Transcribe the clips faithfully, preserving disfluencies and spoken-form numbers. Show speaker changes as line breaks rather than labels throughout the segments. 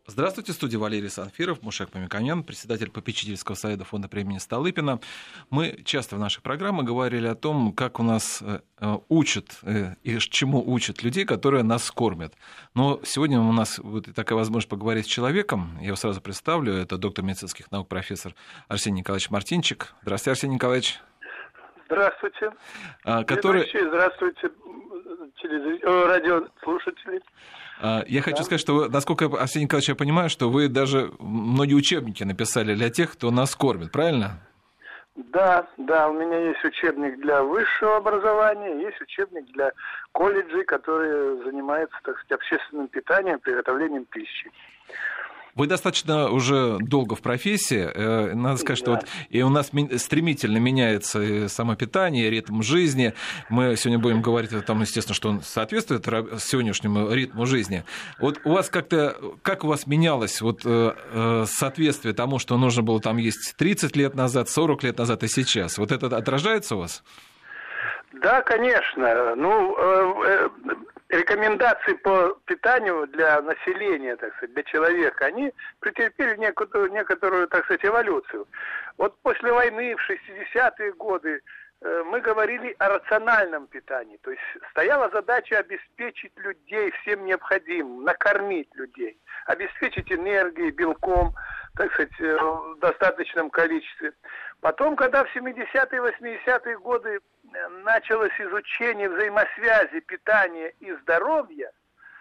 Здравствуйте, в студии Валерий Санфиров, Мушек Мамиканян, председатель попечительского совета фонда премии Столыпина. Мы часто в наших программах говорили о том, как у нас учат и чему учат людей, которые нас кормят. Но сегодня у нас вот такая возможность поговорить с человеком. Я его сразу представлю. Это доктор медицинских наук, профессор Арсений Николаевич Мартинчик. Здравствуйте, Арсений Николаевич.
Здравствуйте.
Который...
Здравствуйте, телевиз... радиослушатели.
Я хочу да. сказать, что, насколько, Арсений Николаевич, я понимаю, что вы даже многие учебники написали для тех, кто нас кормит, правильно?
Да, да, у меня есть учебник для высшего образования, есть учебник для колледжей, которые занимаются, так сказать, общественным питанием, приготовлением пищи.
Вы достаточно уже долго в профессии. Надо сказать, да. что вот и у нас стремительно меняется само питание, ритм жизни. Мы сегодня будем говорить о том, естественно, что он соответствует сегодняшнему ритму жизни. Вот у вас как-то, как у вас менялось вот, соответствие тому, что нужно было там есть тридцать лет назад, сорок лет назад и сейчас? Вот это отражается у вас?
Да, конечно. Ну, э, э, рекомендации по питанию для населения, так сказать, для человека, они претерпели некоторую, некоторую, так сказать, эволюцию. Вот после войны в шестидесятые годы э, мы говорили о рациональном питании. То есть стояла задача обеспечить людей всем необходимым, накормить людей, обеспечить энергией, белком, так сказать, в достаточном количестве. Потом, когда в семидесятые, восьмидесятые годы началось изучение взаимосвязи питания и здоровья,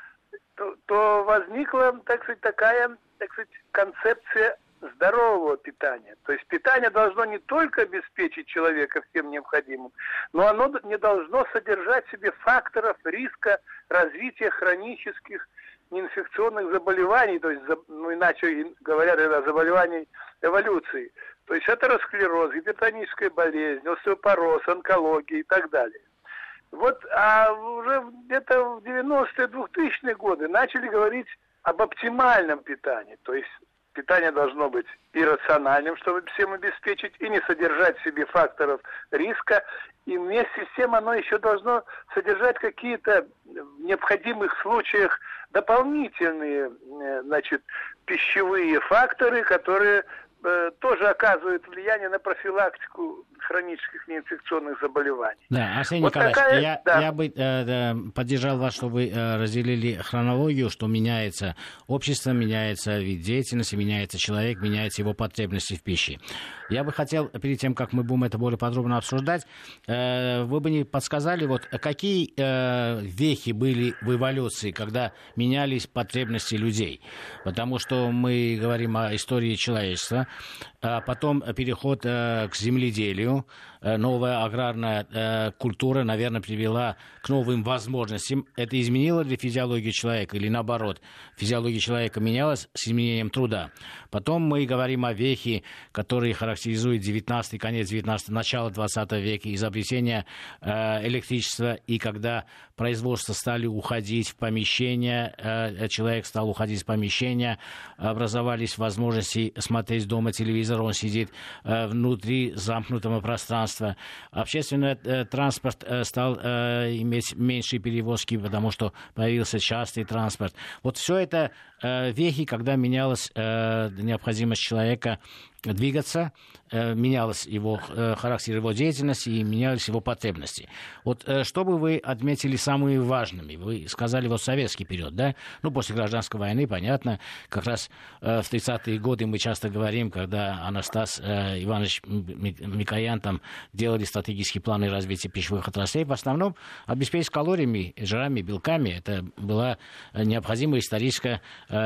то, то возникла, так сказать, такая, так сказать, концепция здорового питания. То есть питание должно не только обеспечить человека всем необходимым, но оно не должно содержать в себе факторов риска развития хронических неинфекционных заболеваний, то есть, ну, иначе говорят, это заболеваний эволюции. То есть атеросклероз, гипертоническая болезнь, остеопороз, онкология и так далее. Вот, а уже где-то в девяностые, двухтысячные годы начали говорить об оптимальном питании. То есть питание должно быть и рациональным, чтобы всем обеспечить, и не содержать в себе факторов риска. И вместе с тем оно еще должно содержать какие-то в необходимых случаях дополнительные, значит, пищевые факторы, которые э, тоже оказывают влияние на профилактику хронических неинфекционных заболеваний.
Да, Арсений
вот
Николаевич,
такая,
я,
да.
я бы э, поддержал вас, чтобы вы э, разделили хронологию, что меняется общество, меняется вид деятельности, меняется человек, меняются его потребности в пище. Я бы хотел, перед тем, как мы будем это более подробно обсуждать, э, вы бы не подсказали, вот какие э, вехи были в эволюции, когда менялись потребности людей? Потому что мы говорим о истории человечества, а потом переход э, к земледелию, новая аграрная э, культура, наверное, привела к новым возможностям. Это изменило ли физиологию человека или наоборот? Физиология человека менялась с изменением труда. Потом мы говорим о вехе, которые характеризуют девятнадцатый, конец девятнадцатого, начало двадцатого века, изобретение э, электричества, и когда производства стали уходить в помещения, э, человек стал уходить в помещения, образовались возможности смотреть дома телевизор, он сидит э, внутри замкнутого пространства. Общественный э, транспорт э, стал э, иметь меньшие перевозки, потому что появился частный транспорт. Вот все это э, вехи, когда менялась э, необходимость человека двигаться, э, менялась его э, характер его деятельности и менялись его потребности. Вот э, что бы вы отметили самыми важными? Вы сказали вот советский период, да? Ну, после гражданской войны, понятно, как раз э, в тридцатые годы мы часто говорим, когда Анастас э, Иванович Микоян там делали стратегические планы развития пищевых отраслей, в основном обеспечить калориями, жирами, белками. Это была необходимая историческая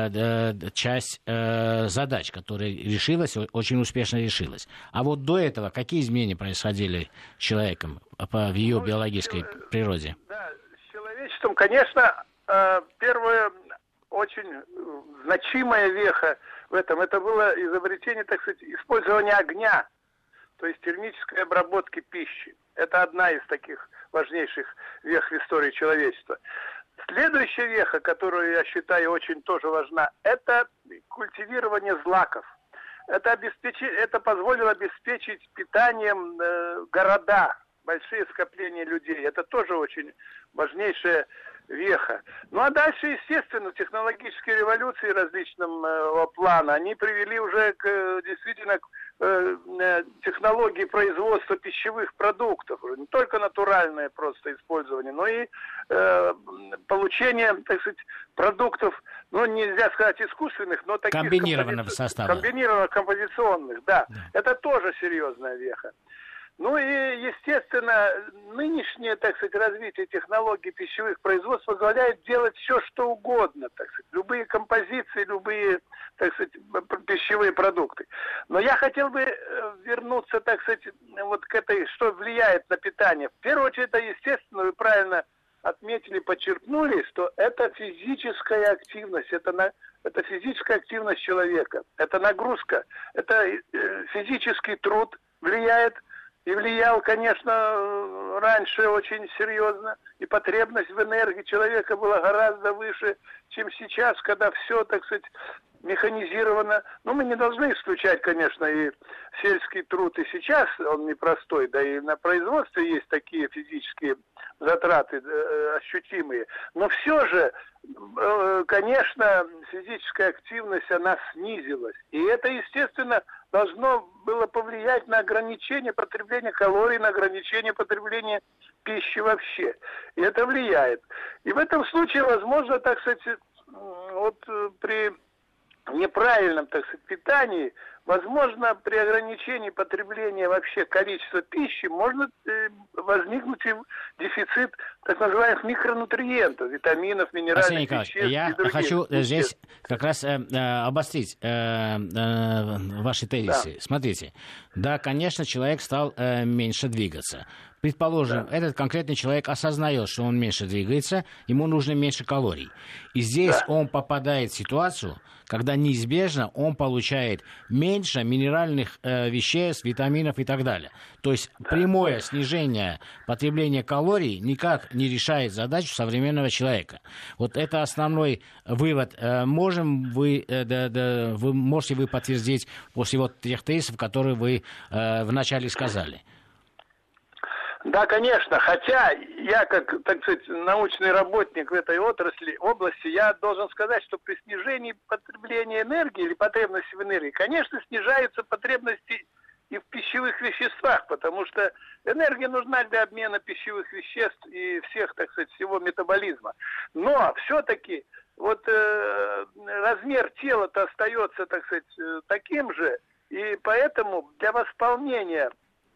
э, часть э, задач, которая решилась, очень успешно решилась. А вот до этого какие изменения происходили с человеком по, в ее ну, биологической с, природе?
Да, с человечеством, конечно, первая очень значимая веха в этом, это было изобретение, так сказать, использования огня, то есть термической обработки пищи. Это одна из таких важнейших вех в истории человечества. Следующая веха, которую я считаю очень тоже важна, это культивирование злаков. Это, обеспечи... это позволило обеспечить питанием э, города, большие скопления людей. Это тоже очень важнейшая веха. Ну а дальше, естественно, технологические революции различного плана, они привели уже к, действительно к э, технологии производства пищевых продуктов. Не только натуральное просто использование, но и э, получение, так сказать, продуктов, ну нельзя сказать искусственных, но таких
комбинированного
компози...
состава.
Комбинированных, композиционных, да.
да.
Это тоже серьезная веха. Ну и, естественно, нынешнее, так сказать, развитие технологий пищевых производств позволяет делать все, что угодно, так сказать, любые композиции, любые, так сказать, пищевые продукты. Но я хотел бы вернуться, так сказать, вот к этой, что влияет на питание. В первую очередь, это, естественно, вы правильно отметили, подчеркнули, что это физическая активность, это, на, это физическая активность человека, это нагрузка, это физический труд влияет. И влиял, конечно, раньше очень серьезно. И потребность в энергии человека была гораздо выше, чем сейчас, когда все, так сказать, механизировано. Но мы не должны исключать, конечно, и сельский труд. И сейчас он непростой. Да и на производстве есть такие физические затраты э, ощутимые. Но все же, э, конечно, физическая активность, она снизилась. И это, естественно, должно было повлиять на ограничение потребления калорий, на ограничение потребления пищи вообще. И это влияет. И в этом случае, возможно, так сказать, вот при неправильном, так сказать, питании, возможно, при ограничении потребления вообще количества пищи может э, возникнуть и дефицит так называемых микронутриентов, витаминов, минеральных веществ.
Я и других хочу веществ. Здесь как раз э, обострить э, э, ваши тезисы. Да. Смотрите, да, конечно, человек стал э, меньше двигаться. Предположим, да. этот конкретный человек осознает, что он меньше двигается, ему нужно меньше калорий. И здесь да. он попадает в ситуацию, когда неизбежно он получает меньше минеральных э, веществ, витаминов и так далее. То есть да. прямое снижение потребления калорий никак не решает задачу современного человека. Вот это основной вывод. Э, можем вы, э, да, да, вы, можете вы подтвердить после вот тех тезисов, которые вы э, вначале сказали?
Да, конечно, хотя я, как, так сказать, научный работник в этой отрасли, области, я должен сказать, что при снижении потребления энергии или потребности в энергии, конечно, снижаются потребности и в пищевых веществах, потому что энергия нужна для обмена пищевых веществ и всех, так сказать, всего метаболизма. Но все-таки вот э, размер тела-то остается, так сказать, э, таким же, и поэтому для восполнения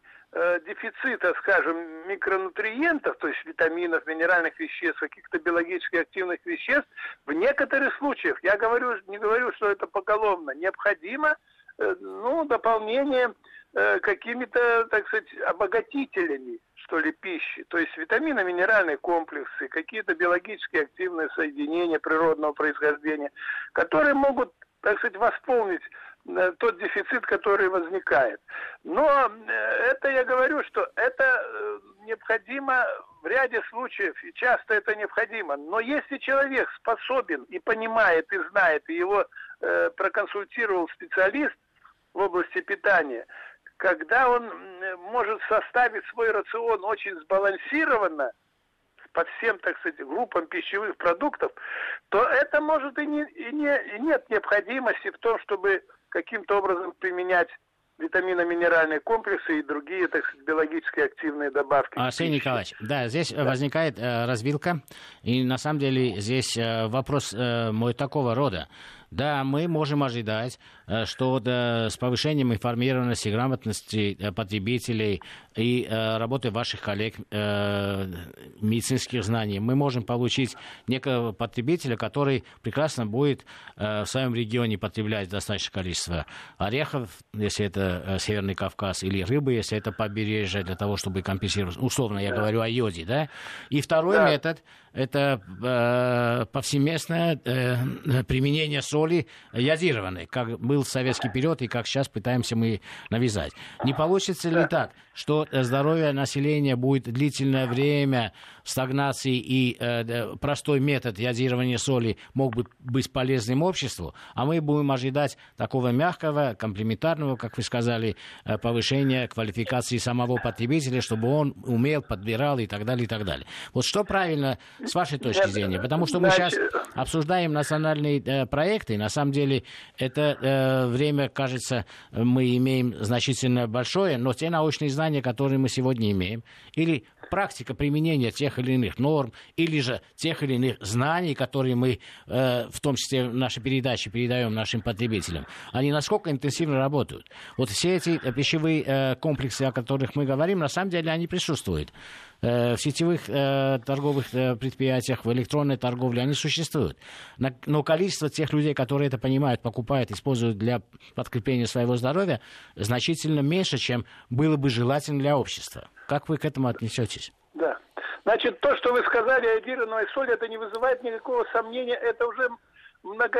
дефицита, скажем, микронутриентов, то есть витаминов, минеральных веществ, каких-то биологически активных веществ, в некоторых случаях, я говорю, не говорю, что это поголовно, необходимо ну, дополнение какими-то, так сказать, обогатителями, что ли, пищи. То есть витаминно-минеральные комплексы, какие-то биологически активные соединения природного происхождения, которые могут, так сказать, восполнить тот дефицит, который возникает. Но это я говорю, что это необходимо в ряде случаев, и часто это необходимо. Но если человек способен и понимает, и знает, и его э, проконсультировал специалист в области питания, когда он может составить свой рацион очень сбалансированно, по всем, так сказать, группам пищевых продуктов, то это может и, не, и, не, и нет необходимости в том, чтобы каким-то образом применять витаминно-минеральные комплексы и другие, так сказать, биологически активные добавки.
Арсений Николаевич, да, здесь да. возникает э, развилка, и на самом деле здесь э, вопрос э, мой такого рода. Да, мы можем ожидать, что да, с повышением информированности, грамотности потребителей и э, работы ваших коллег э, медицинских знаний мы можем получить некого потребителя, который прекрасно будет э, в своем регионе потреблять достаточное количество орехов, если это э, Северный Кавказ, или рыбы, если это побережье, для того, чтобы компенсировать. Условно я да. говорю о йоде, да? И второй да. метод – это э, повсеместное э, применение соли йодированной, как был в советский период и как сейчас пытаемся мы навязать. Не получится ли так, что здоровье населения будет длительное время в стагнации, и э, простой метод йодирования соли мог бы быть полезным обществу, а мы будем ожидать такого мягкого, комплементарного, как вы сказали, повышения квалификации самого потребителя, чтобы он умел, подбирал и так далее, и так далее. Вот что правильно с вашей точки зрения? Потому что мы сейчас обсуждаем национальные э, проекты, и на самом деле это э, время, кажется, мы имеем значительно большое, но те научные знания, которые мы сегодня имеем, или практика применения тех или иных норм, или же тех или иных знаний, которые мы, э, в том числе в нашей передаче, передаем нашим потребителям, они насколько интенсивно работают. Вот все эти пищевые э, комплексы, о которых мы говорим, на самом деле они присутствуют. Э, в сетевых э, торговых э, предприятиях, в электронной торговле они существуют. Но, но количество тех людей, которые это понимают, покупают, используют для подкрепления своего здоровья, значительно меньше, чем было бы желательно для общества. Как вы к этому отнесетесь?
Да. Значит, то, что вы сказали о йодированной соли, это не вызывает никакого сомнения. Это уже много...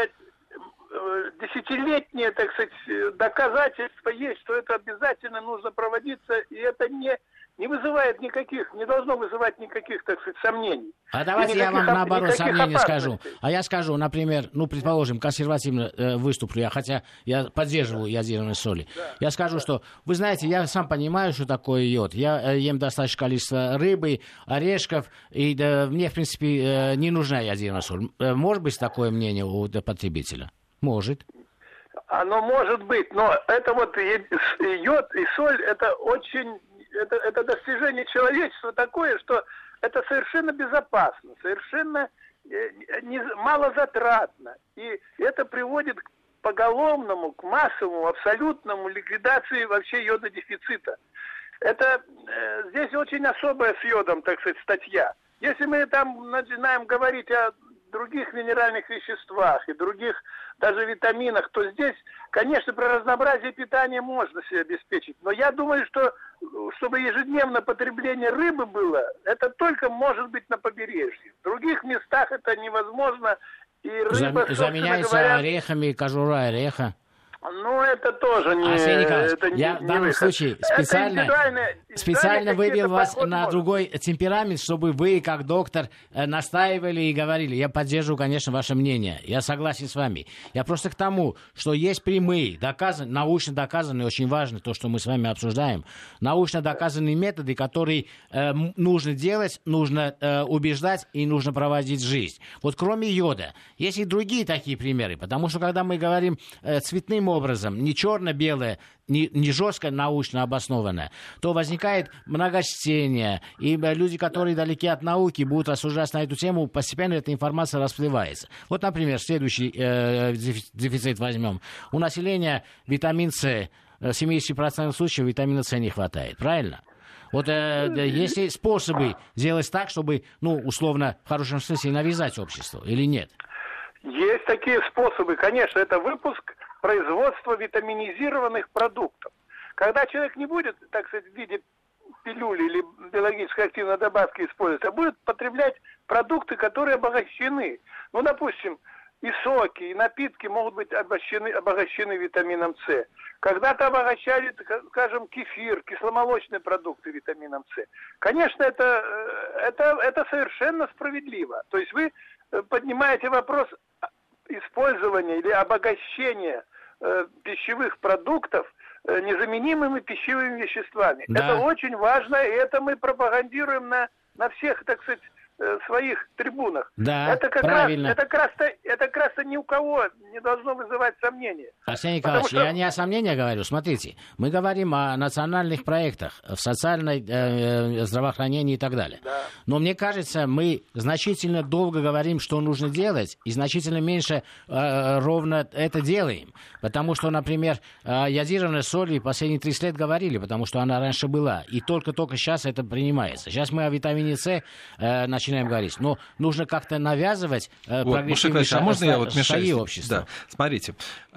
десятилетнее, так сказать, доказательство есть, что это обязательно нужно проводиться, и это не, не вызывает никаких, не должно вызывать никаких, так сказать, сомнений.
А давайте я вам
оп-
наоборот сомнения
опасностей.
скажу. А я скажу, например, ну, предположим, консервативно э, выступлю я, хотя я поддерживаю йодированные соли. Да, я скажу, да. что, вы знаете, я сам понимаю, что такое йод. Я э, ем достаточное количество рыбы, орешков, и да, мне, в принципе, э, не нужна йодированная соль. Э, может быть такое мнение у да, потребителя? Может.
Оно может быть, но это вот йод и соль, это очень, это, это достижение человечества такое, что это совершенно безопасно, совершенно не, малозатратно. И это приводит к поголовному, к массовому, абсолютному ликвидации вообще йододефицита. Это э, здесь очень особая с йодом, так сказать, статья. Если мы там начинаем говорить о других минеральных веществах и других даже витаминах, то здесь, конечно, при разнообразии питания можно себе обеспечить. Но я думаю, что чтобы ежедневное потребление рыбы было, это только может быть на побережье. В других местах это невозможно. И рыба,
Зам, заменяется говоря, орехами, кожура ореха.
Ну, это тоже не...
Арсений Николаевич,
это не,
я
не
в данном
выход.
случае специально,
индивидуальные,
специально вывел вас на
может.
другой темперамент, чтобы вы, как доктор, настаивали и говорили. Я поддерживаю, конечно, ваше мнение. Я согласен с вами. Я просто к тому, что есть прямые, доказан, научно доказанные, очень важно то, что мы с вами обсуждаем, научно доказанные методы, которые э, нужно делать, нужно э, убеждать и нужно проводить в жизнь. Вот кроме йода, есть и другие такие примеры, потому что когда мы говорим э, цветным образом, не черно-белое, не, не жестко научно обоснованное, то возникает многочтение, и люди, которые далеки от науки, будут рассуждать на эту тему, постепенно эта информация расплывается. Вот, например, следующий э, дефицит возьмем. У населения витамин С, в семьдесят процентов случаев витамина С не хватает, правильно? Вот э, есть ли способы сделать так, чтобы, ну, условно, в хорошем смысле навязать обществу, или нет?
Есть такие способы, конечно, это выпуск производства витаминизированных продуктов. Когда человек не будет, так сказать, в виде пилюли или биологически активной добавки использовать, а будет потреблять продукты, которые обогащены. Ну, допустим, и соки, и напитки могут быть обогащены, обогащены витамином С. Когда-то обогащали, скажем, кефир, кисломолочные продукты витамином С. Конечно, это, это, это совершенно справедливо. То есть вы поднимаете вопрос использования или обогащения э, пищевых продуктов э, незаменимыми пищевыми веществами. Да. Это очень важно, и это мы пропагандируем на, на всех, так сказать, э, своих трибунах.
Да,
это как
правильно.
Раз, это, как раз, это как раз ни у кого не должно вызывать сомнения.
Арсений Николаевич, что... я не о сомнениях говорю. Смотрите, мы говорим о национальных проектах, в социальной э, здравоохранении и так далее. Да. Но мне кажется, мы значительно долго говорим, что нужно делать, и значительно меньше э, ровно это делаем. Потому что, например, о йодированной соли последние тридцать лет говорили, потому что она раньше была. И только-только сейчас это принимается. Сейчас мы о витамине С э, начинаем говорить. Но нужно как-то навязывать э,
вот,
прогрессивные
шаги, а можно я вот
шаги общества.
Да. Смотрите,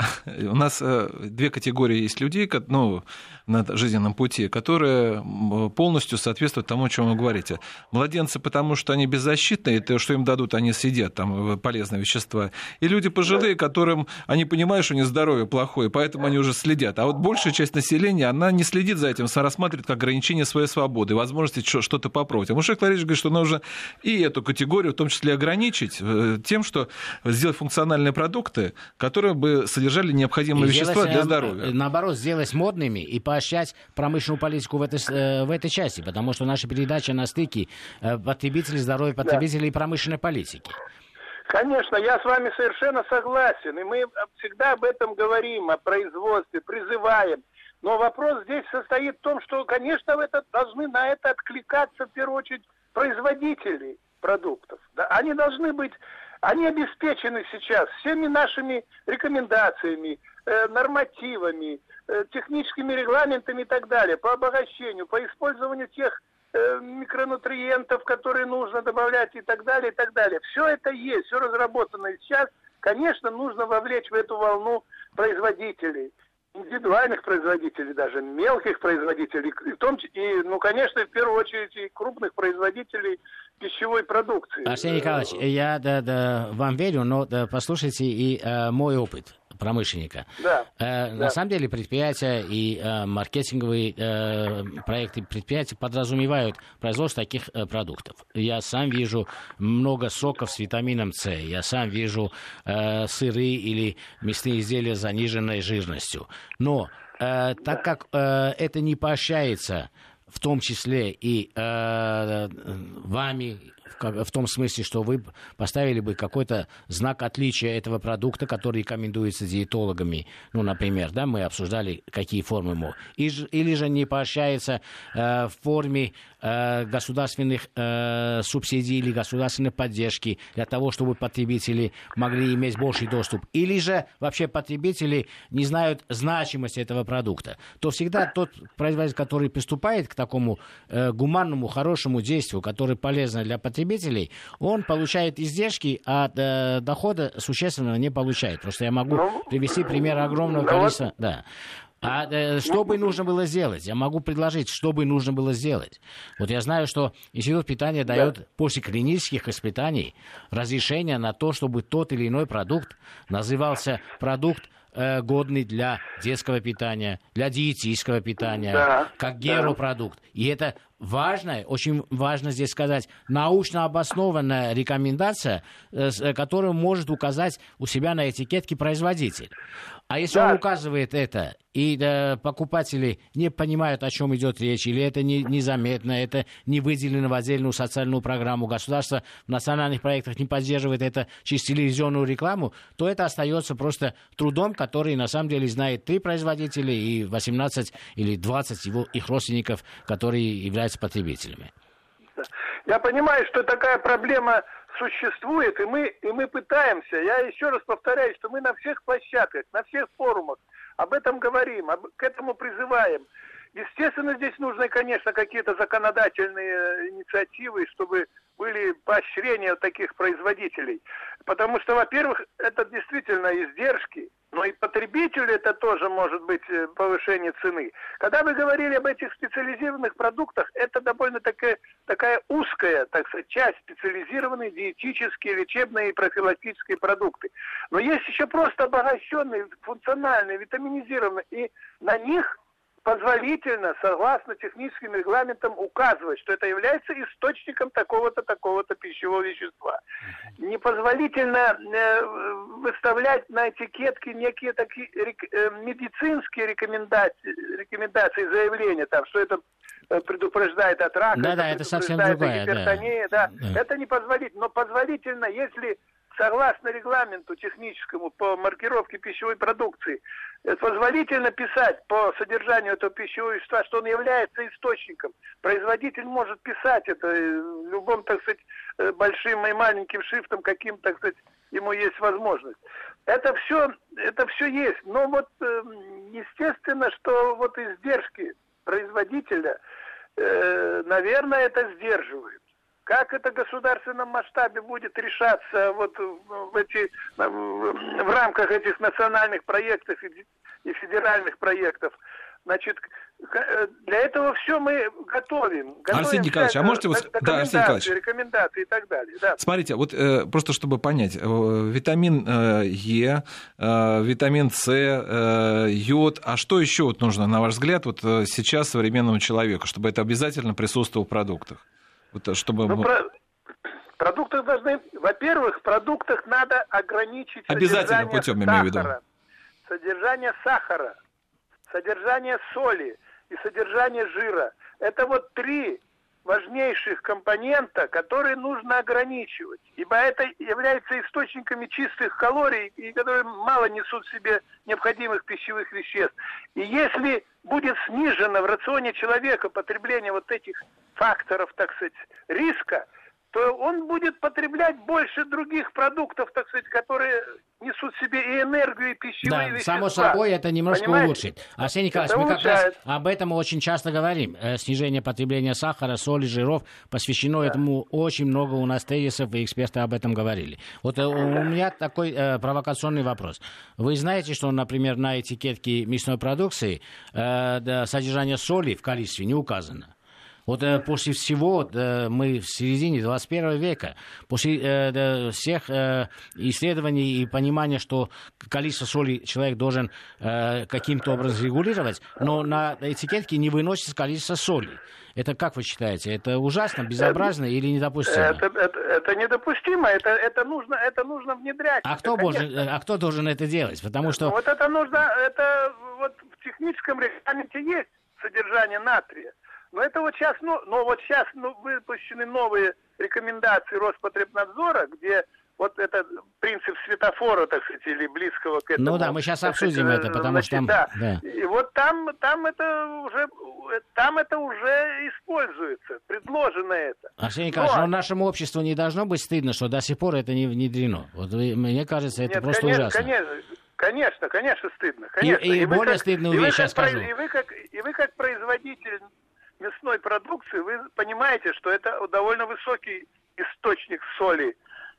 у нас э, две категории есть людей, ну, на жизненном пути, которые полностью соответствуют тому, о чем вы говорите. Младенцы, потому что они беззащитные, и то, что им дадут, они съедят, там, полезные вещества. И люди пожилые, которым они понимают, что у них здоровье плохое, поэтому они уже следят. А вот большая часть населения, она не следит за этим, рассматривает как ограничение своей свободы, возможности что-то попробовать. А Мушек Ларич говорит, что нужно и эту категорию в том числе ограничить тем, что сделать функциональные продукты, которые бы содержали необходимые и вещества
сделать,
для здоровья.
Наоборот, сделать модными и поощрять промышленную политику в этой, в этой части, потому что наша передача на стыке потребителей здоровья, потребителей да. и промышленной политики.
Конечно, я с вами совершенно согласен, и мы всегда об этом говорим, о производстве, призываем. Но вопрос здесь состоит в том, что, конечно, в это, должны на это откликаться, в первую очередь, производители продуктов. Да? Они должны быть, они обеспечены сейчас всеми нашими рекомендациями, э, нормативами, э, техническими регламентами и так далее, по обогащению, по использованию тех микронутриентов, которые нужно добавлять и так далее, и так далее. Все это есть, все разработано. И сейчас, конечно, нужно вовлечь в эту волну производителей, индивидуальных производителей даже, мелких производителей, и, в том, и ну, конечно, в первую очередь и крупных производителей пищевой продукции.
Арсений Николаевич, я да, да, вам верю, но да, послушайте и э, мой опыт промышленника.
Да,
э,
да.
На самом деле предприятия и э, маркетинговые э, проекты предприятия подразумевают производство таких э, продуктов. Я сам вижу много соков с витамином С, я сам вижу э, сыры или мясные изделия с заниженной жирностью. Но э, так как э, это не поощряется, в том числе и э, вами, в, в том смысле, что вы поставили бы какой-то знак отличия этого продукта, который рекомендуется диетологами, ну, например, да, мы обсуждали, какие формы ему, или же не поощряется э, в форме э, государственных э, субсидий или государственной поддержки для того, чтобы потребители могли иметь больший доступ, или же вообще потребители не знают значимости этого продукта, то всегда тот производитель, который приступает к такому э, гуманному, хорошему действию, которое полезно для потребителей, он получает издержки, а э, дохода существенно не получает. Просто я могу привести пример огромного количества... Да. А э, что бы нужно было сделать? Я могу предложить, что бы нужно было сделать. Вот я знаю, что Институт питания дает да. после клинических испытаний разрешение на то, чтобы тот или иной продукт назывался продукт, годный для детского питания, для диетического питания, да, как геропродукт. Да. И это важная, очень важно здесь сказать, научно обоснованная рекомендация, которую может указать у себя на этикетке производитель. А если да. он указывает это, и да, покупатели не понимают, о чем идет речь, или это не, незаметно, это не выделено в отдельную социальную программу, государство в национальных проектах не поддерживает это через телевизионную рекламу, то это остается просто трудом, который на самом деле знает три производителя и восемнадцать или двадцать его, их родственников, которые являются потребителями.
Я понимаю, что такая проблема существует, и мы, и мы пытаемся. Я еще раз повторяю, что мы на всех площадках, на всех форумах об этом говорим, об, к этому призываем. Естественно, здесь нужны, конечно, какие-то законодательные инициативы, чтобы были поощрения таких производителей. Потому что, во-первых, это действительно издержки, но и потребителю это тоже может быть повышение цены. Когда вы говорили об этих специализированных продуктах, это довольно такая, такая узкая, так сказать, часть специализированные диетические, лечебные и профилактические продукты. Но есть еще просто обогащенные, функциональные, витаминизированные, и на них позволительно, согласно техническим регламентам, указывать, что это является источником такого-то, такого-то пищевого вещества. Непозволительно э, выставлять на этикетке некие такие рек, э, медицинские рекомендации, рекомендации, заявления, там, что это предупреждает от рака,
да,
это
да, это совсем другая,
гипертония, да.
Да.
Да. Это не позволительно, но позволительно, если согласно регламенту техническому по маркировке пищевой продукции, позволительно писать по содержанию этого пищевого вещества, что он является источником. Производитель может писать это любым, так сказать, большим и маленьким шрифтом, каким, так сказать, ему есть возможность. Это все, это все есть. Но вот естественно, что вот издержки производителя, наверное, это сдерживает. Как это в государственном масштабе будет решаться вот в, эти, в рамках этих национальных проектов и федеральных проектов? Значит, для этого все мы готовим. готовим
Арсений Николаевич, а можете... Вот... Да, Арсений Николаевич.
Рекомендации и так далее. Да.
Смотрите, вот э, просто чтобы понять, э, витамин э, Е, э, витамин С, э, йод, а что еще вот нужно, на ваш взгляд, вот э, сейчас современному человеку, чтобы это обязательно присутствовало в продуктах? Вот, чтобы...
ну, про... Продукты должны, во-первых, в продуктах надо ограничить
обязательным путем,
сахара,
имею в виду.
содержание сахара, содержание соли и содержание жира. Это вот три важнейших компонента, которые нужно ограничивать, ибо это является источниками чистых калорий, и которые мало несут в себе необходимых пищевых веществ. И если будет снижено в рационе человека потребление вот этих факторов, так сказать, риска, то он будет потреблять больше других продуктов, так сказать, которые несут в себе и энергию, и пищевые
да,
вещества.
само собой, это немножко
Понимаете?
улучшит. Арсений Николаевич, мы как раз об этом очень часто говорим. Снижение потребления сахара, соли, жиров посвящено да. этому очень много у нас тезисов, и эксперты об этом говорили. Вот да. у меня такой э, провокационный вопрос. Вы знаете, что, например, на этикетке мясной продукции э, да, содержание соли в количестве не указано? Вот э, после всего, э, мы в середине двадцать первого века, после э, всех э, исследований и понимания, что количество соли человек должен э, каким-то образом регулировать, но на этикетке не выносится количество соли. Это как вы считаете? Это ужасно, безобразно или недопустимо?
Это, это, это недопустимо, это, это, нужно, это нужно внедрять.
А кто, должен, а кто должен это делать? Потому что...
Вот это нужно, это вот в техническом регламенте есть содержание натрия. Но это вот сейчас, ну, но вот сейчас ну, выпущены новые рекомендации Роспотребнадзора, где вот этот принцип светофора, так сказать, или близкого к этому.
Ну да, мы сейчас обсудим сказать, это, потому значит, что там...
Да.
Да.
И вот там, там это уже, там это уже используется, предложено это.
Арсений Николаевич, но... но нашему обществу не должно быть стыдно, что до сих пор это не внедрено. Вот мне кажется, это Нет, просто
конечно,
ужасно.
Конечно, конечно, конечно, стыдно. Конечно.
И, и, и более
как,
стыдную вещь я скажу.
И вы, как, и вы как производитель мясной продукции, вы понимаете, что это довольно высокий источник соли,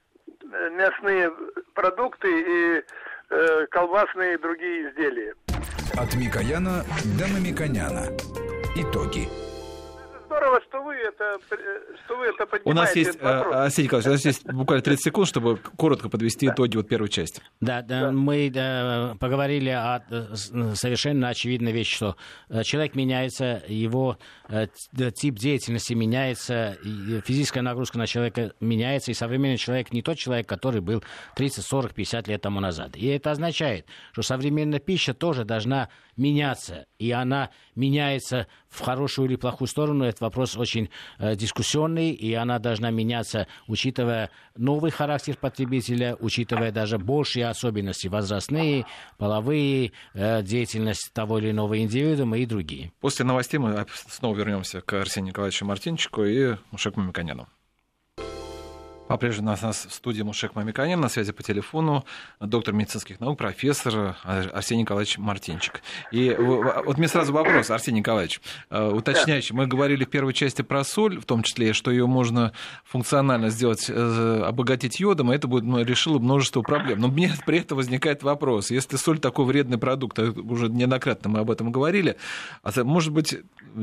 мясные продукты и э, колбасные и другие изделия.
От Микояна до Мамиконяна. Итоги.
Здорово, что вы это, что вы это поднимаете.
У нас есть, Арсений Николаевич, у нас есть буквально тридцать секунд, чтобы коротко подвести да. итоги вот первой части.
Да, да, да. мы да, поговорили о совершенно очевидной вещи, что человек меняется, его тип деятельности меняется, физическая нагрузка на человека меняется, и современный человек не тот человек, который был тридцать, сорок, пятьдесят лет тому назад. И это означает, что современная пища тоже должна меняться, и она меняется в хорошую или плохую сторону. Это вопрос очень э, дискуссионный, и она должна меняться, учитывая новый характер потребителя, учитывая даже большие особенности возрастные, половые, э, деятельность того или иного индивидуума и другие.
После новостей мы снова вернемся к Арсению Николаевичу Мартинчику и Мушеку Мамиконяну. По-прежнему у нас в студии Мушек Мамиконян, на связи по телефону доктор медицинских наук, профессор Арсений Николаевич Мартинчик. И вот мне сразу вопрос, Арсений Николаевич, уточняющий. Мы говорили в первой части про соль, в том числе, что ее можно функционально сделать, обогатить йодом, и это будет, ну, решило множество проблем. Но у меня при этом возникает вопрос, если соль такой вредный продукт, уже неоднократно мы об этом говорили, а может быть,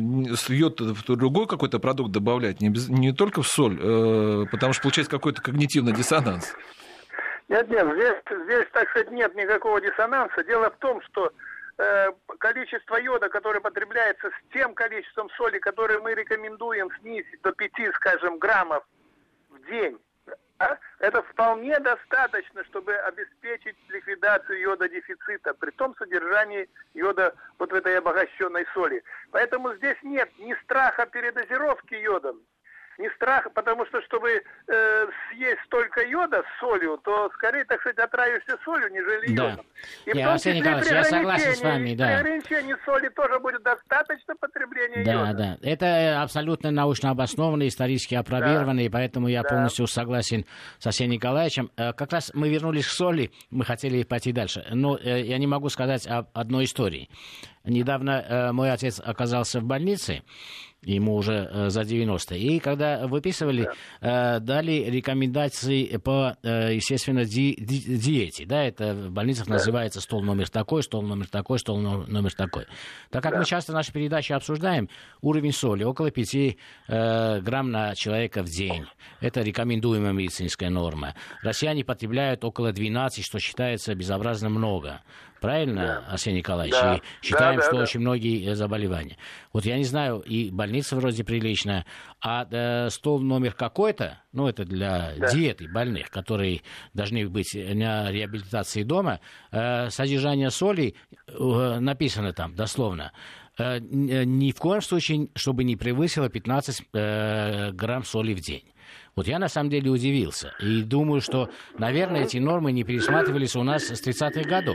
йод в другой какой-то продукт добавлять, не, без, не только в соль, потому что получается какой-то когнитивный диссонанс.
Нет, нет, здесь, здесь, так сказать, нет никакого диссонанса. Дело в том, что э, количество йода, которое потребляется с тем количеством соли, которое мы рекомендуем снизить до пяти, скажем, граммов в день, да, это вполне достаточно, чтобы обеспечить ликвидацию йододефицита при том содержании йода вот в этой обогащенной соли. Поэтому здесь нет ни страха передозировки йодом, не страх, потому что, чтобы э, съесть столько йода с солью, то скорее, так сказать, отравишься солью, нежели
да.
йодом. И
я, Арсений Николаевич, я согласен с вами, да.
При ограничении соли тоже будет достаточно потребления
да,
йода.
Да, да. Это абсолютно научно обоснованно, исторически опробировано, да. и поэтому я да. полностью согласен с Арсением Николаевичем. Как раз мы вернулись к соли, мы хотели пойти дальше. Но я не могу сказать об одной истории. Недавно мой отец оказался в больнице, ему уже э, за девяносто. И когда выписывали, да. э, дали рекомендации по, э, естественно, ди- ди- диете. Да, это в больницах да. называется стол номер такой, стол номер такой, стол номер такой. Так как да. мы часто в нашей передаче обсуждаем уровень соли, около пяти э, грамм на человека в день. Это рекомендуемая медицинская норма. Россияне потребляют около двенадцати, что считается безобразно много. Правильно, да. Арсений Николаевич?
Да.
И считаем,
да, да,
что
да.
очень многие заболевания. Вот я не знаю, и больницы больница вроде приличная, а э, стол номер какой-то, ну, это для да. диеты больных, которые должны быть на реабилитации дома, э, содержание соли э, написано там дословно, э, ни в коем случае, чтобы не превысило пятнадцать э, грамм соли в день. Вот я на самом деле удивился. И думаю, что, наверное, эти нормы не пересматривались у нас с тридцатых годов.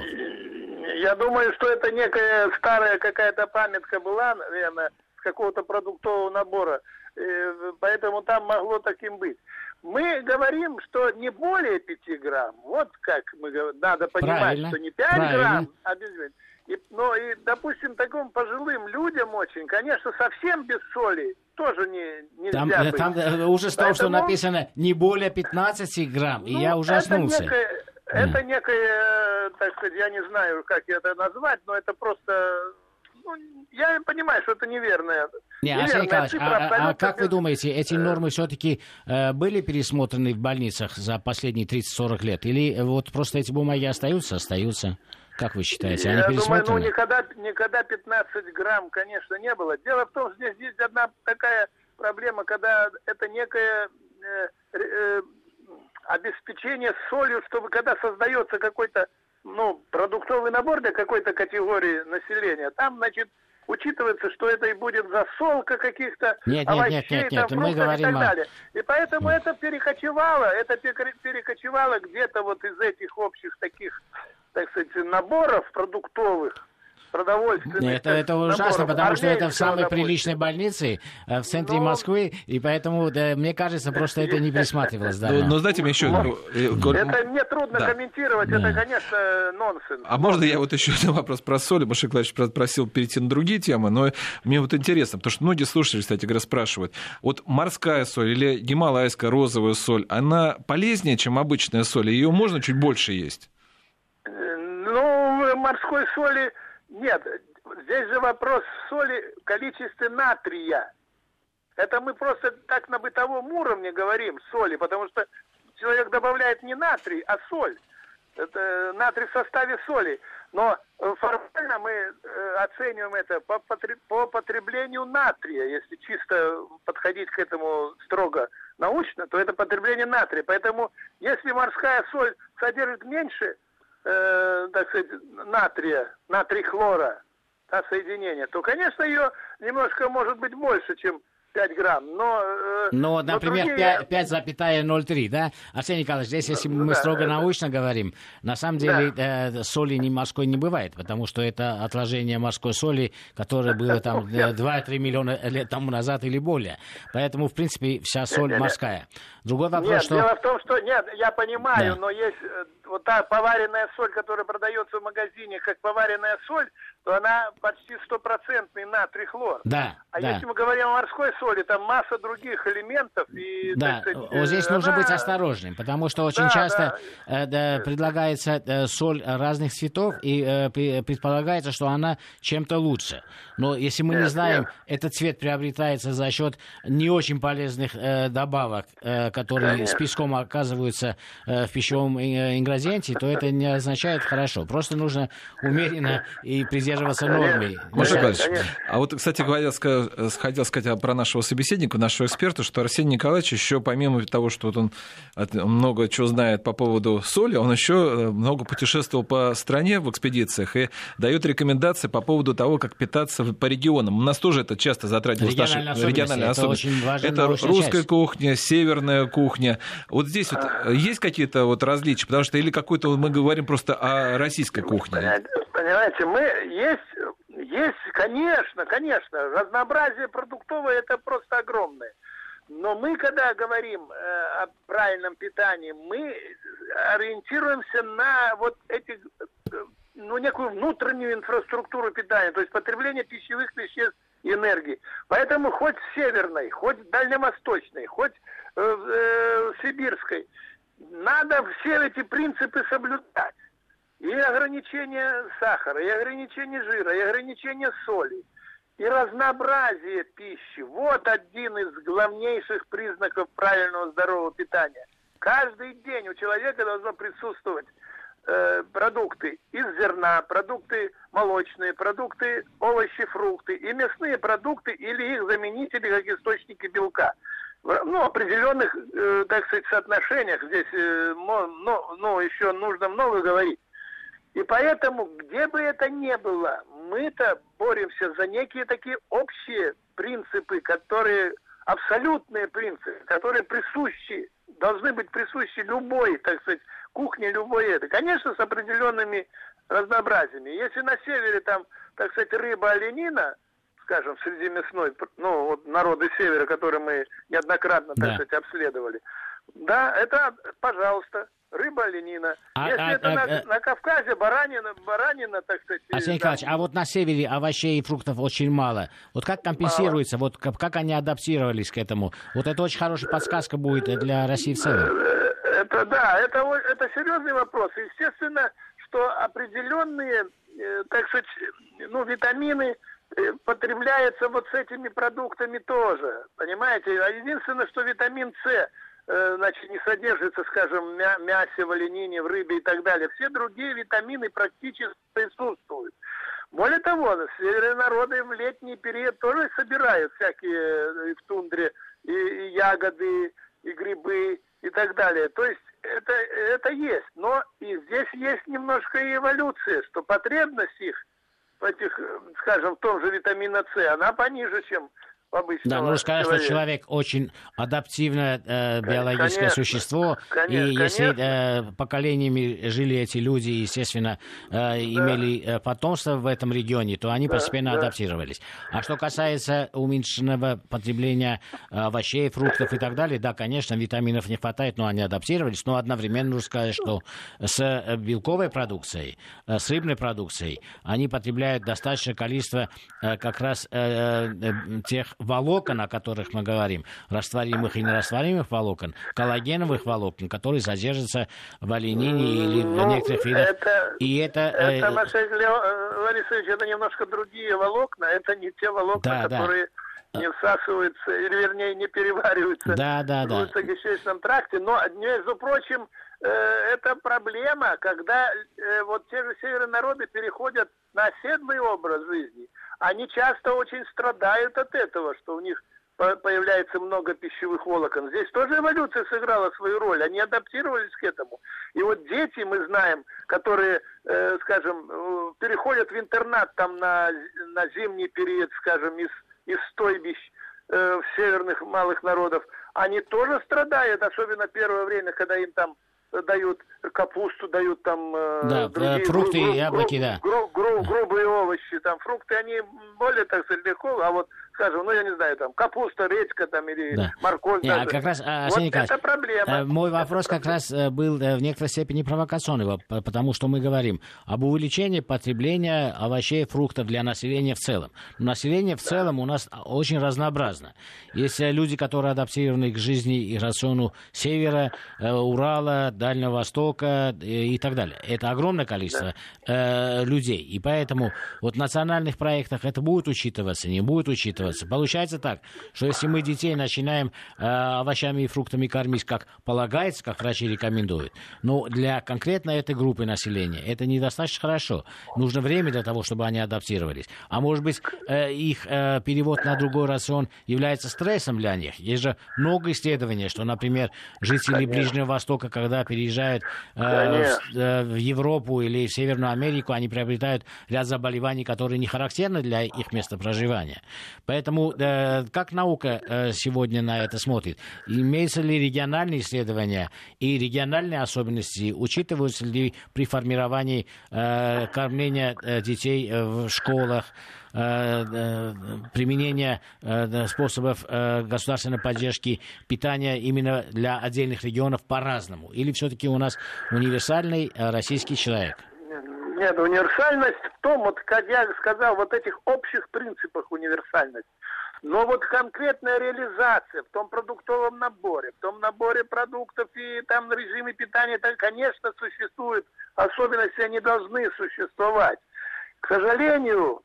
Я думаю, что это некая старая какая-то памятка была, наверное, с какого-то продуктового набора. Поэтому там могло таким быть. Мы говорим, что не более пяти грамм. Вот как мы говорим. Надо понимать, правильно, что не пять правильно. Грамм, а без... И, но и, допустим, таким пожилым людям очень, конечно, совсем без соли тоже не, нельзя
там,
быть.
Там ужас в том, что написано не более пятнадцати грамм, ну, и я ужаснулся.
Это некое, да. это некое, так сказать, я не знаю, как это назвать, но это просто... Ну, я понимаю, что это неверная,
не, неверная Николаевич, цифра. А, а как без... вы думаете, эти нормы все-таки э, были пересмотрены в больницах за последние тридцать-сорок лет? Или вот просто эти бумаги остаются, остаются? Как вы считаете, они
Я
пересмотрены?
думаю, ну, никогда, никогда пятнадцать грамм, конечно, не было. Дело в том, что здесь есть одна такая проблема, когда это некое э, э, обеспечение солью, чтобы когда создается какой-то, ну, продуктовый набор для какой-то категории населения, там, значит, учитывается, что это и будет засолка каких-то
нет,
овощей,
нет, нет, нет,
там,
нет, мы говорим
и так
о...
далее. И поэтому нет. это перекочевало, это перекочевало где-то вот из этих общих таких, так сказать, наборов продуктовых, продовольственных.
Нет, это, это ужасно, потому что это в самой приличной больнице в центре но... Москвы, и поэтому, да, мне кажется, просто это не присматривалось. Да,
но, но знаете, мне еще...
Но... Это мне трудно да. комментировать, да. это, конечно, нонсенс.
А можно я вот еще один вопрос про соль? Маша Николаевич просил перейти на другие темы, но мне вот интересно, потому что многие слушатели, кстати говоря, спрашивают, вот морская соль или гималайская розовая соль, она полезнее, чем обычная соль? Ее можно чуть больше есть?
Ну, морской соли нет. Здесь же вопрос соли в количестве натрия. Это мы просто так на бытовом уровне говорим соли, потому что человек добавляет не натрий, а соль. Это натрий в составе соли. Но формально мы оцениваем это по, по потреблению натрия. Если чисто подходить к этому строго научно, то это потребление натрия. Поэтому если морская соль содержит меньше, э, так сказать, натрия, натрий хлора, да, соединение, то, конечно, ее немножко может быть больше, чем пять грамм, но... Э,
ну, например, другие... пять целых ноль три, да? Арсений Николаевич, здесь, если ну, мы да, строго это... научно говорим, на самом деле да. э, соли не морской не бывает, потому что это отложение морской соли, которое было там два-три миллиона лет тому назад или более. Поэтому, в принципе, вся соль нет, морская. Нет. Другой вопрос,
нет,
что...
дело в том, что... Нет, я понимаю,
да.
но есть вот та поваренная соль, которая продается в магазине, как поваренная соль, то она почти стопроцентный натрий хлор.
Да,
а
да.
если мы говорим о морской соли, там масса других элементов. И,
да,
так сказать,
вот здесь
она...
нужно быть осторожным, потому что очень
да,
часто
да.
Э, да, предлагается э, соль разных цветов, и э, предполагается, что она чем-то лучше. Но если мы нет, не знаем, нет. этот цвет приобретается за счет не очень полезных э, добавок, э, которые Конечно. с песком оказываются э, в пищевом ингредиенте, то это не означает хорошо. Просто нужно умеренно и придерживаться нормы.
Маша Николаевич, а вот, кстати говоря, хотел сказать про нашего собеседника, нашего эксперта, что Арсений Николаевич еще, помимо того, что вот он много чего знает по поводу соли, он еще много путешествовал по стране в экспедициях и дает рекомендации по поводу того, как питаться по регионам. У нас тоже это часто затрагивалось. Региональная особенность. Это, это русская часть. Кухня, северная кухня. Вот здесь вот есть какие-то вот различия? Потому что или какой-то мы говорим просто о российской кухне.
Понимаете, мы есть, есть, конечно, конечно, разнообразие продуктовое это просто огромное. Но мы, когда говорим э, о правильном питании, мы ориентируемся на вот эти, э, ну, некую внутреннюю инфраструктуру питания, то есть потребление пищевых веществ и энергии. Поэтому хоть северной, хоть дальневосточной, хоть э, э, сибирской, надо все эти принципы соблюдать. И ограничение сахара, и ограничение жира, и ограничение соли, и разнообразие пищи. Вот один из главнейших признаков правильного здорового питания. Каждый день у человека должно присутствовать э, продукты из зерна, продукты молочные, продукты овощи, фрукты и мясные продукты или их заменители как источники белка. В ну, определенных, э, так сказать, соотношениях здесь э, но, но еще нужно много говорить. И поэтому, где бы это ни было, мы-то боремся за некие такие общие принципы, которые, абсолютные принципы, которые присущи, должны быть присущи любой, так сказать, кухне, любой это. Конечно, с определенными разнообразиями. Если на севере там, так сказать, рыба, оленина, скажем, среди мясной, ну, вот народы севера, которые мы неоднократно, так
да.
сказать, обследовали, да, это, пожалуйста, рыба, оленина.
А,
Если
а,
это
а,
на,
а,
на Кавказе, баранина, баранина, так сказать.
Арсений
да.
Николаевич, а вот на севере овощей и фруктов очень мало. Вот как компенсируется, вот как, как они адаптировались к этому? Вот это очень хорошая подсказка будет для России в целом.
Это, да, это, это серьезный вопрос. Естественно, что определенные, так сказать, ну, витамины потребляются вот с этими продуктами тоже, понимаете? А единственное, что витамин С, значит, не содержится, скажем, в мясе, в оленине, в рыбе и так далее. Все другие витамины практически присутствуют. Более того, северные народы в летний период тоже собирают всякие в тундре и, и ягоды, и грибы, и так далее. То есть это, это есть. Но и здесь есть немножко и эволюция, что потребность их, этих, скажем, в том же витамина С, она пониже, чем у обычного
Да, нужно сказать,
человека.
что человек очень адаптивное э, биологическое
конечно,
существо.
Конечно,
и если
конечно.
э, поколениями жили эти люди, естественно, э, имели э, потомство в этом регионе, то они
Да,
постепенно
да.
адаптировались. А что касается уменьшенного потребления э, овощей, фруктов и так далее, да, конечно, витаминов не хватает, но они адаптировались. Но одновременно нужно сказать, что с э, белковой продукцией, э, с рыбной продукцией они потребляют достаточное количество э, как раз э, э, тех волокон, о которых мы говорим, растворимых и нерастворимых волокон, коллагеновых волокон, которые содержатся в оленине или
Ну,
в некоторых видах.
Это,
И это...
это
э,
Борисович, это немножко другие волокна, это не те волокна,
Да, да.
которые не всасываются, или вернее не перевариваются
Да, да,
в
да.
желудочно-кишечном тракте. Но, между прочим, э, это проблема, когда э, вот те же северные народы переходят на оседлый образ жизни. Они часто очень страдают от этого, что у них по- появляется много пищевых волокон. Здесь тоже эволюция сыграла свою роль, они адаптировались к этому. И вот дети, мы знаем, которые, э, скажем, э, переходят в интернат там на, на зимний период, скажем, из, из стойбищ э, северных малых народов, они тоже страдают, особенно первое время, когда им там дают капусту, дают там э,
Да,
другие
фрукты,
гру- гру-
яблоки,
гру-
да.
гру- гру- грубые овощи, там фрукты, они более, так сказать, легко, а вот, скажем, ну, я не знаю, там, капуста, редька там, или
Да.
морковь.
Не, а
даже.
как раз, а,
Вот
Арсений Николаевич,
это проблема.
э, мой
Это
вопрос как
проблема.
раз э, был э, в некоторой степени провокационный, по- потому что мы говорим об увеличении потребления овощей и фруктов для населения в целом. Но население в целом у нас очень разнообразно. Есть э, люди, которые адаптированы к жизни и рациону севера, э, Урала, Дальнего Востока э, и так далее. Это огромное количество э, людей. И поэтому вот в национальных проектах это будет учитываться, не будет учитываться. Получается так, что если мы детей начинаем э, овощами и фруктами кормить, как полагается, как врачи рекомендуют, но для конкретно этой группы населения это недостаточно хорошо. Нужно время для того, чтобы они адаптировались. А может быть, э, их э, перевод на другой рацион является стрессом для них. Есть же много исследований, что, например, жители
Конечно.
Ближнего Востока, когда переезжают э,
Конечно.
в, э, в Европу или в Северную Америку, они приобретают ряд заболеваний, которые не характерны для их места проживания. Поэтому э, как наука э, сегодня на это смотрит? Имеются ли региональные исследования и региональные особенности, учитываются ли при формировании э, кормления э, детей э, в школах, э, э, применения э, способов э, государственной поддержки питания именно для отдельных регионов по-разному? Или все-таки у нас универсальный э, российский человек?
Нет, универсальность в том, вот как я сказал, вот этих общих принципах универсальность. Но вот конкретная реализация в том продуктовом наборе, в том наборе продуктов и там режиме питания, это, конечно, существует, особенности они должны существовать. К сожалению,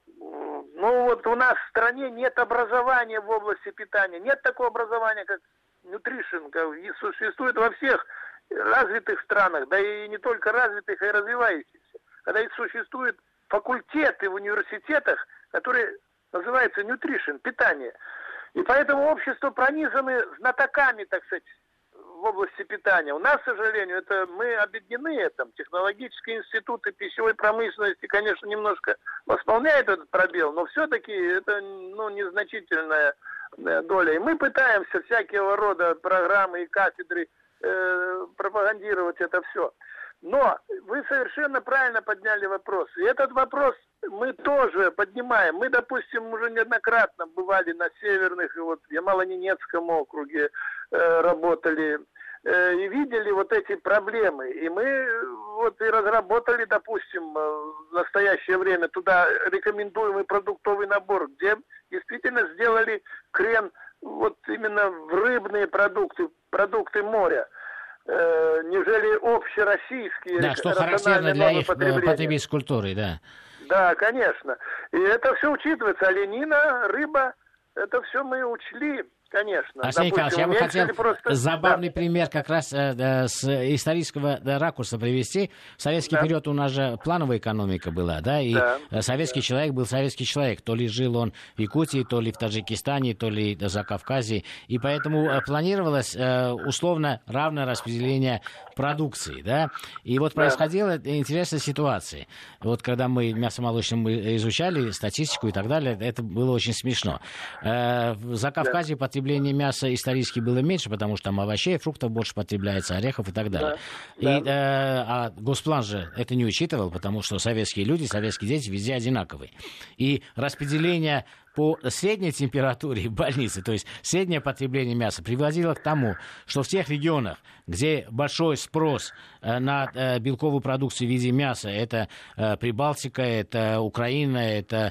ну вот у нас в стране нет образования в области питания, нет такого образования, как nutrition, как и существует во всех развитых странах, да и не только развитых, а и развивающихся, когда и существуют факультеты в университетах, которые называются nutrition, питание. И поэтому общество пронизаны знатоками, так сказать, в области питания. У нас, к сожалению, это мы объединены, там, технологические институты пищевой промышленности, конечно, немножко восполняют этот пробел, но все-таки это, ну, незначительная доля. И мы пытаемся всякого рода программы и кафедры э, пропагандировать это все. Но вы совершенно правильно подняли вопрос. И этот вопрос мы тоже поднимаем. Мы, допустим, уже неоднократно бывали на северных, вот в Ямало-Ненецком округе э, работали э, и видели вот эти проблемы. И мы вот и разработали, допустим, в настоящее время туда рекомендуемый продуктовый набор, где действительно сделали крен вот именно в рыбные продукты, продукты моря. Э, нежели общероссийские.
Да, что характерно для их потребительской культуры, да.
Да, конечно. И это все учитывается. Оленина, рыба, это все мы учли, конечно.
Арсений Николаевич, я бы хотел
просто...
забавный
да.
пример как раз э, э, с исторического да, ракурса привести. В советский
да.
период у нас же плановая экономика была, да, и
да.
советский да. человек был советский человек. То ли жил он в Якутии, то ли в Таджикистане, то ли в Закавказье. И поэтому планировалось э, условно равное распределение продукции, да. И вот да. происходила интересная ситуация. Вот когда мы мясомолочным мы изучали статистику и так далее, это было очень смешно. Э, в Закавказье да. потребление мяса исторически было меньше, потому что там овощей, фруктов больше потребляется, орехов и так далее. Да. И, да. Э, а Госплан же это не учитывал, потому что советские люди, советские дети везде одинаковые. И распределение по средней температуре в больнице, то есть среднее потребление мяса, приводило к тому, что в тех регионах, где большой спрос э, на э, белковую продукцию в виде мяса, это э, Прибалтика, это Украина, это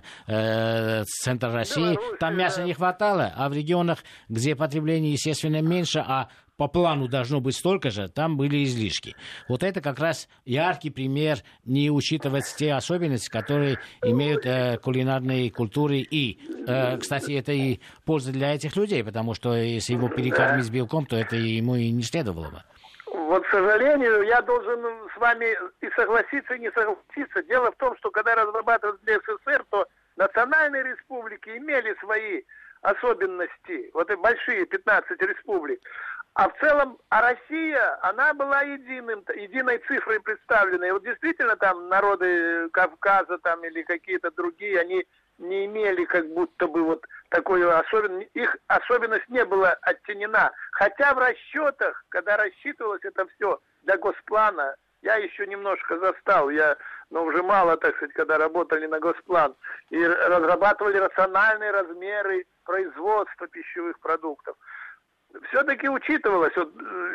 э, центр России,
Беларусь,
там мяса
да.
не хватало, а в регионах, где потребление, естественно, меньше, а по плану должно быть столько же, там были излишки. Вот это как раз яркий пример не учитывать те особенности, которые имеют э, кулинарные культуры. И, э, кстати, это и польза для этих людей, потому что если его перекормить белком, то это ему и не следовало бы.
Вот, к сожалению, я должен с вами и согласиться, и не согласиться. Дело в том, что когда разрабатывали для СССР, то национальные республики имели свои особенности. Вот и большие пятнадцать республик. А в целом, а Россия, она была единым, единой цифрой представлена. И вот действительно там народы Кавказа там или какие-то другие, они не имели как будто бы вот такой особенность, их особенность не была оттенена. Хотя в расчетах, когда рассчитывалось это все для Госплана, я еще немножко застал, я, ну, уже мало, так сказать, когда работали на Госплан, и разрабатывали рациональные размеры производства пищевых продуктов. Все-таки учитывалось вот,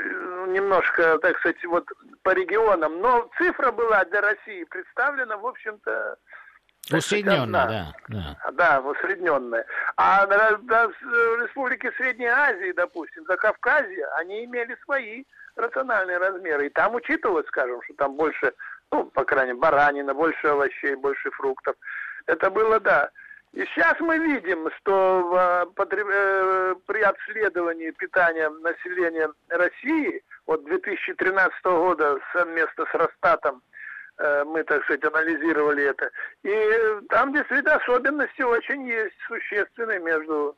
немножко, так сказать, вот по регионам, но цифра была для России представлена, в общем-то,
усредненная, да,
да. Да, усредненная. А да, да, республики Средней Азии, допустим, Закавказья, они имели свои рациональные размеры. И там учитывалось, скажем, что там больше, ну, по крайней мере, баранина, больше овощей, больше фруктов. Это было, да. И сейчас мы видим, что при обследовании питания населения России от две тысячи тринадцатого года совместно с Росстатом мы, так сказать, анализировали это. И там действительно особенности очень есть существенные между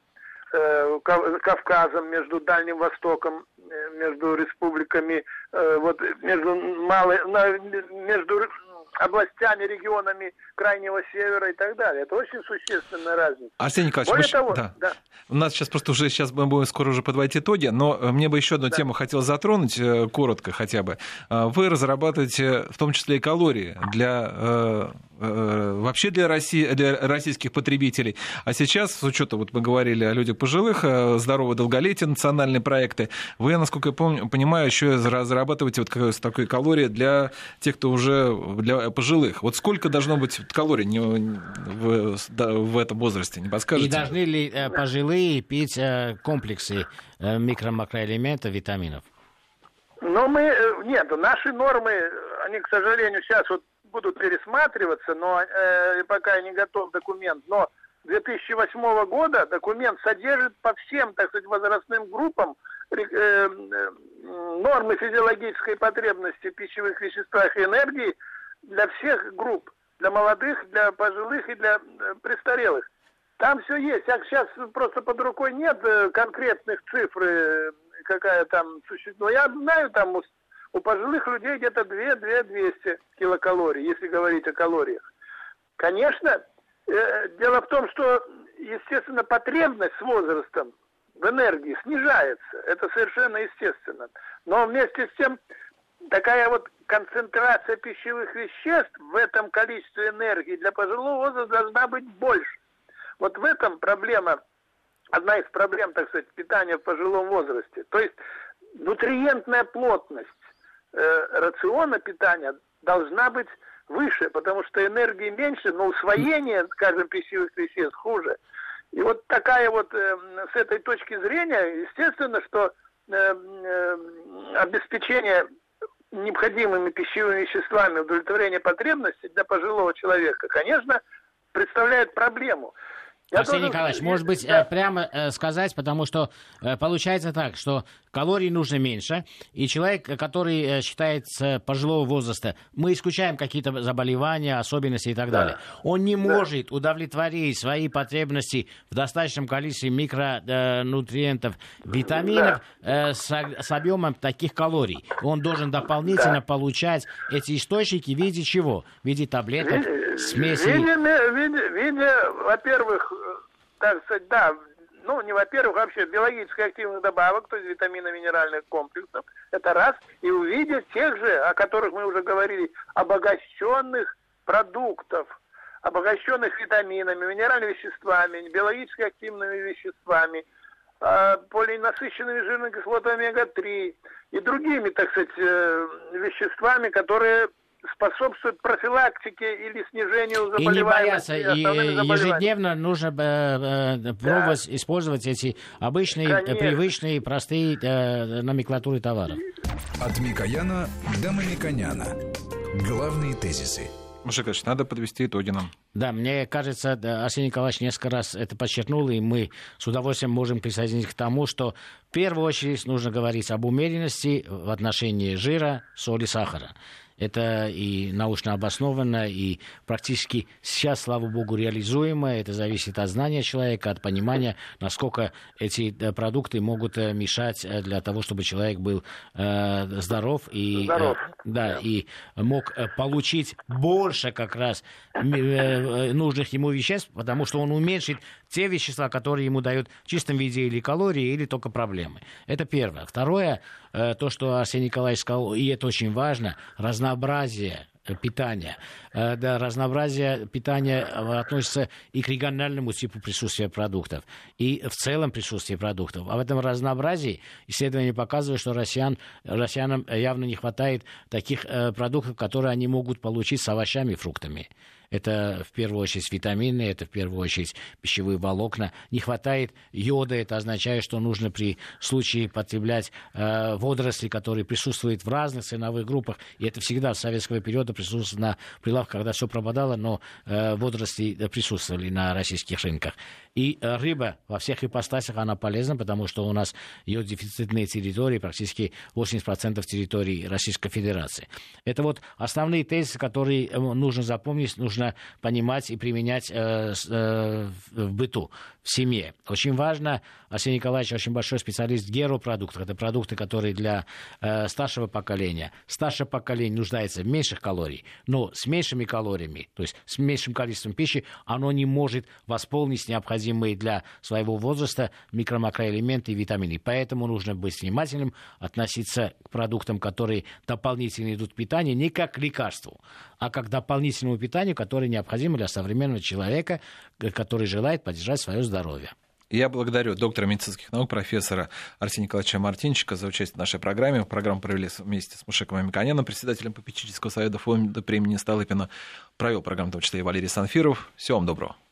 Кавказом, между Дальним Востоком, между республиками, вот между малой, между областями, регионами Крайнего Севера и так далее. Это очень существенная разница.
Арсений Николаевич,
Более
мы...
того,
да.
Да.
У нас сейчас просто уже, сейчас мы будем скоро уже подводить итоги, но мне бы еще одну да. тему хотелось затронуть, коротко хотя бы. Вы разрабатываете в том числе и калории для, вообще для, России, для российских потребителей. А сейчас, с учетом, вот мы говорили о людях пожилых, здоровое долголетие, национальные проекты, вы, насколько я помню, понимаю, еще разрабатываете вот как раз такие калории для тех, кто уже для пожилых. Вот сколько должно быть калорий в, в этом возрасте, не подскажете?
И должны ли э, пожилые пить э, комплексы э, микро-макроэлементов, витаминов?
Ну, мы, нет, наши нормы, они, к сожалению, сейчас вот будут пересматриваться, но э, пока не готов документ, но две тысячи восьмого года документ содержит по всем, так сказать, возрастным группам нормы физиологической потребности в пищевых веществах и энергии для всех групп, для молодых, для пожилых и для престарелых. Там все есть. А сейчас просто под рукой нет конкретных цифр, какая там существует. Но я знаю, там у, у пожилых людей где-то две-две двести килокалорий, если говорить о калориях. Конечно, э, дело в том, что, естественно, потребность с возрастом в энергии снижается. Это совершенно естественно. Но вместе с тем, такая вот концентрация пищевых веществ в этом количестве энергии для пожилого возраста должна быть больше. Вот в этом проблема, одна из проблем, так сказать, питания в пожилом возрасте. То есть нутриентная плотность э, рациона питания должна быть выше, потому что энергии меньше, но усвоение, скажем, пищевых веществ хуже. И вот такая вот, э, с этой точки зрения, естественно, что э, э, обеспечение необходимыми пищевыми веществами удовлетворение потребностей для пожилого человека, конечно, представляет проблему.
Я Арсений должен... Николаевич, может быть, да. прямо сказать, потому что получается так, что калорий нужно меньше, и человек, который считается пожилого возраста, мы исключаем какие-то заболевания, особенности и так да. далее, он не может да. удовлетворить свои потребности в достаточном количестве микронутриентов, витаминов да. с, с объемом таких калорий. Он должен дополнительно да. получать эти источники в виде чего? В виде таблеток, в смеси.
В виде, в виде, в виде, во-первых, так сказать, да, ну, не во-первых, вообще биологически активных добавок, то есть витаминно-минеральных комплексов, это раз, и увидеть тех же, о которых мы уже говорили, обогащенных продуктов, обогащенных витаминами, минеральными веществами, биологически активными веществами, полиненасыщенными жирными кислотами омега три и другими, так сказать, веществами, которые способствует профилактике или снижению заболеваемости.
И не бояться, и ежедневно нужно э, пробовать да. использовать эти обычные, Конечно. привычные, простые э, номенклатуры товаров.
От Микояна до Мамиконяна. Главные тезисы.
Маша Николаевич, надо подвести итоги нам.
Да, мне кажется, Арсений Николаевич несколько раз это подчеркнул, и мы с удовольствием можем присоединиться к тому, что в первую очередь нужно говорить об умеренности в отношении жира, соли, сахара. Это и научно обоснованно, и практически сейчас, слава богу, реализуемо. Это зависит от знания человека, от понимания, насколько эти продукты могут мешать для того, чтобы человек был э, здоров, и,
здоров.
Э, да, и мог получить больше как раз э, нужных ему веществ, потому что он уменьшит те вещества, которые ему дают в чистом виде или калории, или только проблемы. Это первое. Второе, э, то, что Арсений Николаевич сказал, и это очень важно, разнообразие питания. Да, разнообразие питания относится и к региональному типу присутствия продуктов, и в целом присутствие продуктов. А в этом разнообразии исследования показывают, что россиян, россиянам явно не хватает таких э, продуктов, которые они могут получить с овощами и фруктами. Это в первую очередь витамины, это в первую очередь пищевые волокна. Не хватает йода, это означает, что нужно при случае потреблять э, водоросли, которые присутствуют в разных ценовых группах. И это всегда с советского периода присутствует на прилавках, когда все пропадало, но э, водоросли присутствовали на российских рынках. И э, рыба во всех ипостасях, она полезна, потому что у нас йод-дефицитные территории, практически восемьдесят процентов территории Российской Федерации. Это вот основные тезисы, которые нужно запомнить, нужно понимать и применять э, э, в быту, в семье. Очень важно, Арсений Николаевич очень большой специалист в геропродуктах. Это продукты, которые для э, старшего поколения. Старшее поколение нуждается в меньших калорий, но с меньшими калориями, то есть с меньшим количеством пищи, оно не может восполнить необходимые для своего возраста микро-макроэлементы и витамины. Поэтому нужно быть внимательным, относиться к продуктам, которые дополнительно идут в питание, не как к лекарству, а как к дополнительному питанию, которое необходимо для современного человека, который желает поддержать свое здоровье.
Я благодарю доктора медицинских наук, профессора Арсения Николаевича Мартинчика за участие в нашей программе. Программу провели вместе с Мушеком Мамиконяном, председателем попечительского совета фонда премии Столыпина. Провел программу в том числе и Валерий Санфиров. Всего вам доброго.